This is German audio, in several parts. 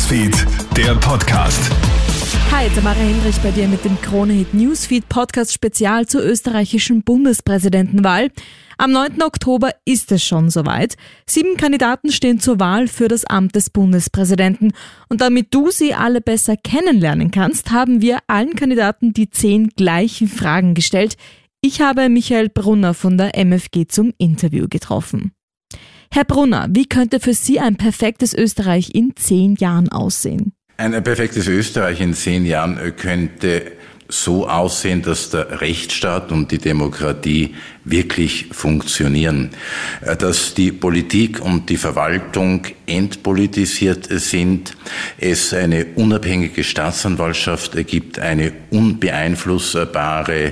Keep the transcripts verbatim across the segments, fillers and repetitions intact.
Newsfeed, der Podcast. Hi, Tamara Hendrich bei dir mit dem Krone-Hit Newsfeed Podcast Spezial zur österreichischen Bundespräsidentenwahl. Am neunten Oktober ist es schon soweit. Sieben Kandidaten stehen zur Wahl für das Amt des Bundespräsidenten. Und damit du sie alle besser kennenlernen kannst, haben wir allen Kandidaten die zehn gleichen Fragen gestellt. Ich habe Michael Brunner von der M F G zum Interview getroffen. Herr Brunner, wie könnte für Sie ein perfektes Österreich in zehn Jahren aussehen? Ein perfektes Österreich in zehn Jahren könnte so aussehen, dass der Rechtsstaat und die Demokratie wirklich funktionieren, dass die Politik und die Verwaltung entpolitisiert sind, es eine unabhängige Staatsanwaltschaft gibt, eine unbeeinflussbare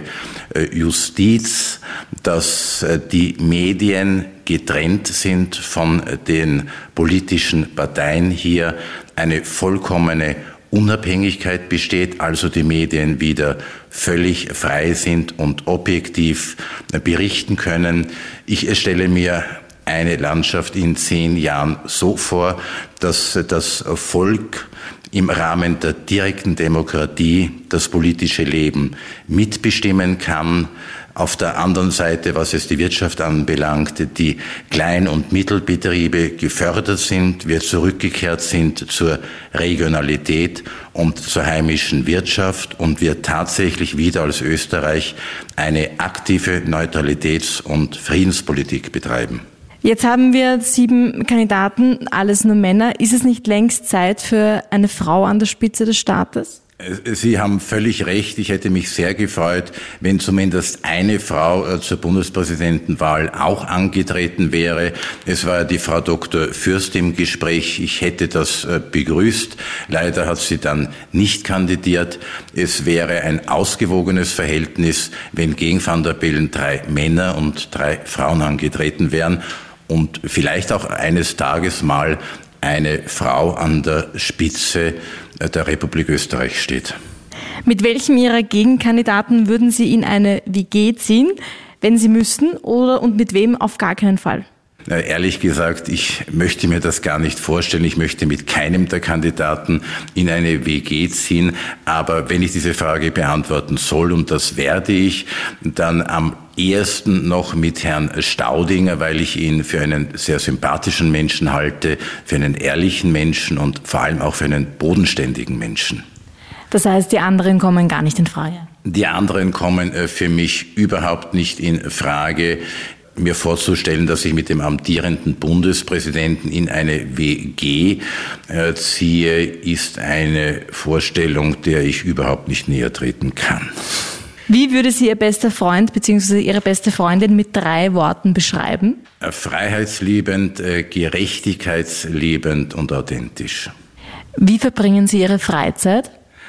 Justiz, dass die Medien getrennt sind von den politischen Parteien hier, eine vollkommene Unabhängigkeit besteht, also die Medien wieder völlig frei sind und objektiv berichten können. Ich stelle mir eine Landschaft in zehn Jahren so vor, dass das Volk im Rahmen der direkten Demokratie das politische Leben mitbestimmen kann. Auf der anderen Seite, was es die Wirtschaft anbelangt, die Klein- und Mittelbetriebe gefördert sind, wir zurückgekehrt sind zur Regionalität und zur heimischen Wirtschaft und wir tatsächlich wieder als Österreich eine aktive Neutralitäts- und Friedenspolitik betreiben. Jetzt haben wir sieben Kandidaten, alles nur Männer. Ist es nicht längst Zeit für eine Frau an der Spitze des Staates? Sie haben völlig recht. Ich hätte mich sehr gefreut, wenn zumindest eine Frau zur Bundespräsidentenwahl auch angetreten wäre. Es war die Frau Doktor Fürst im Gespräch. Ich hätte das begrüßt. Leider hat sie dann nicht kandidiert. Es wäre ein ausgewogenes Verhältnis, wenn gegen Van der Bellen drei Männer und drei Frauen angetreten wären und vielleicht auch eines Tages mal eine Frau an der Spitze der Republik Österreich steht. Mit welchem Ihrer Gegenkandidaten würden Sie in eine W G ziehen, wenn Sie müssten, oder und mit wem auf gar keinen Fall? Na, ehrlich gesagt, ich möchte mir das gar nicht vorstellen. Ich möchte mit keinem der Kandidaten in eine W G ziehen. Aber wenn ich diese Frage beantworten soll, und das werde ich, dann am ehesten noch mit Herrn Staudinger, weil ich ihn für einen sehr sympathischen Menschen halte, für einen ehrlichen Menschen und vor allem auch für einen bodenständigen Menschen. Das heißt, die anderen kommen gar nicht in Frage? Die anderen kommen für mich überhaupt nicht in Frage. Mir vorzustellen, dass ich mit dem amtierenden Bundespräsidenten in eine W G äh, ziehe, ist eine Vorstellung, der ich überhaupt nicht näher treten kann. Wie würde Sie Ihr bester Freund bzw. Ihre beste Freundin mit drei Worten beschreiben? Freiheitsliebend, äh, gerechtigkeitsliebend und authentisch. Wie verbringen Sie Ihre Freizeit?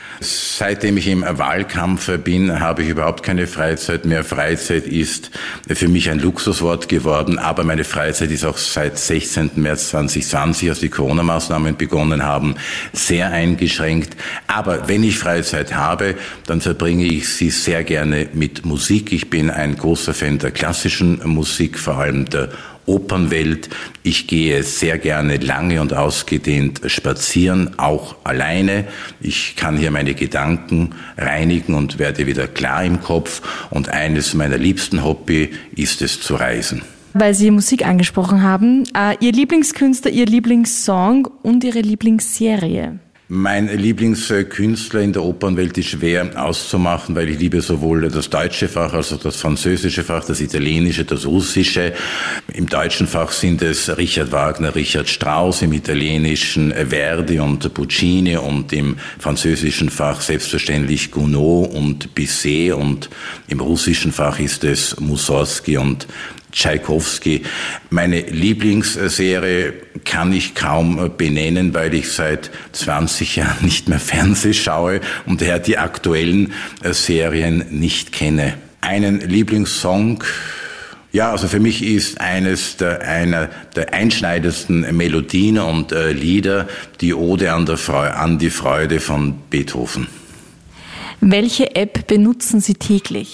Seitdem ich im Wahlkampf bin, habe ich überhaupt keine Freizeit mehr. Freizeit ist für mich ein Luxuswort geworden, aber meine Freizeit ist auch seit sechzehnten März zweitausendzwanzig, als die Corona-Maßnahmen begonnen haben, sehr eingeschränkt. Aber wenn ich Freizeit habe, dann verbringe ich sie sehr gerne mit Musik. Ich bin ein großer Fan der klassischen Musik, vor allem der Opernwelt. Ich gehe sehr gerne lange und ausgedehnt spazieren, auch alleine. Ich kann hier meine Gedanken reinigen und werde wieder klar im Kopf. Und eines meiner liebsten Hobby ist es zu reisen. Weil Sie Musik angesprochen haben, äh, Ihr Lieblingskünstler, Ihr Lieblingssong und Ihre Lieblingsserie? Mein Lieblingskünstler in der Opernwelt ist schwer auszumachen, weil ich liebe sowohl das deutsche Fach als auch das französische Fach, das italienische, das russische. Im deutschen Fach sind es Richard Wagner, Richard Strauss, im italienischen Verdi und Puccini und im französischen Fach selbstverständlich Gounod und Bizet und im russischen Fach ist es Mussorgsky und Tschaikowski. Meine Lieblingsserie kann ich kaum benennen, weil ich seit zwanzig Jahren nicht mehr Fernsehen schaue und daher die aktuellen Serien nicht kenne. Einen Lieblingssong, ja, also für mich ist eines der, einer der einschneidendsten Melodien und äh, Lieder die Ode an, der Freude, an die Freude von Beethoven. Welche App benutzen Sie täglich?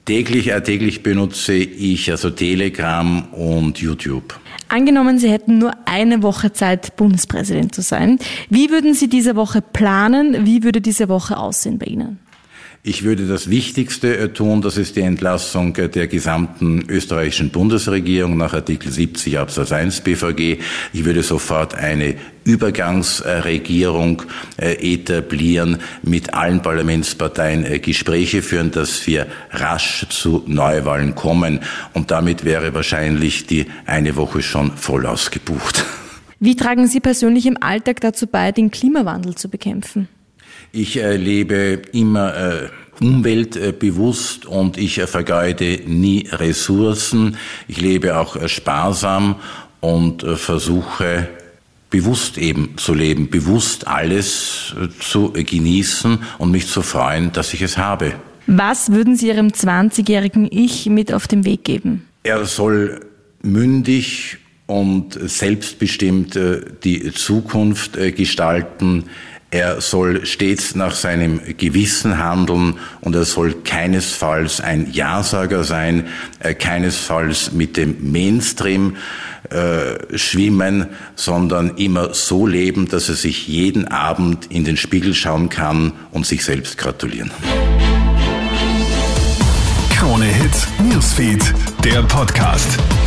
Täglich, äh, täglich benutze ich also Telegram und YouTube. Angenommen, Sie hätten nur eine Woche Zeit, Bundespräsident zu sein. Wie würden Sie diese Woche planen? Wie würde diese Woche aussehen bei Ihnen? Ich würde das Wichtigste tun, das ist die Entlassung der gesamten österreichischen Bundesregierung nach Artikel siebzig Absatz eins B V G. Ich würde sofort eine Übergangsregierung etablieren, mit allen Parlamentsparteien Gespräche führen, dass wir rasch zu Neuwahlen kommen. Und damit wäre wahrscheinlich die eine Woche schon voll ausgebucht. Wie tragen Sie persönlich im Alltag dazu bei, den Klimawandel zu bekämpfen? Ich äh, lebe immer äh, umweltbewusst und ich äh, vergeude nie Ressourcen. Ich lebe auch äh, sparsam und äh, versuche bewusst eben zu leben, bewusst alles äh, zu äh, genießen und mich zu freuen, dass ich es habe. Was würden Sie Ihrem zwanzigjährigen Ich mit auf den Weg geben? Er soll mündig und selbstbestimmt äh, die Zukunft äh, gestalten. Er soll stets nach seinem Gewissen handeln und er soll keinesfalls ein Ja-Sager sein, äh, keinesfalls mit dem Mainstream äh, schwimmen, sondern immer so leben, dass er sich jeden Abend in den Spiegel schauen kann und sich selbst gratulieren. Krone Hit Newsfeed, der Podcast.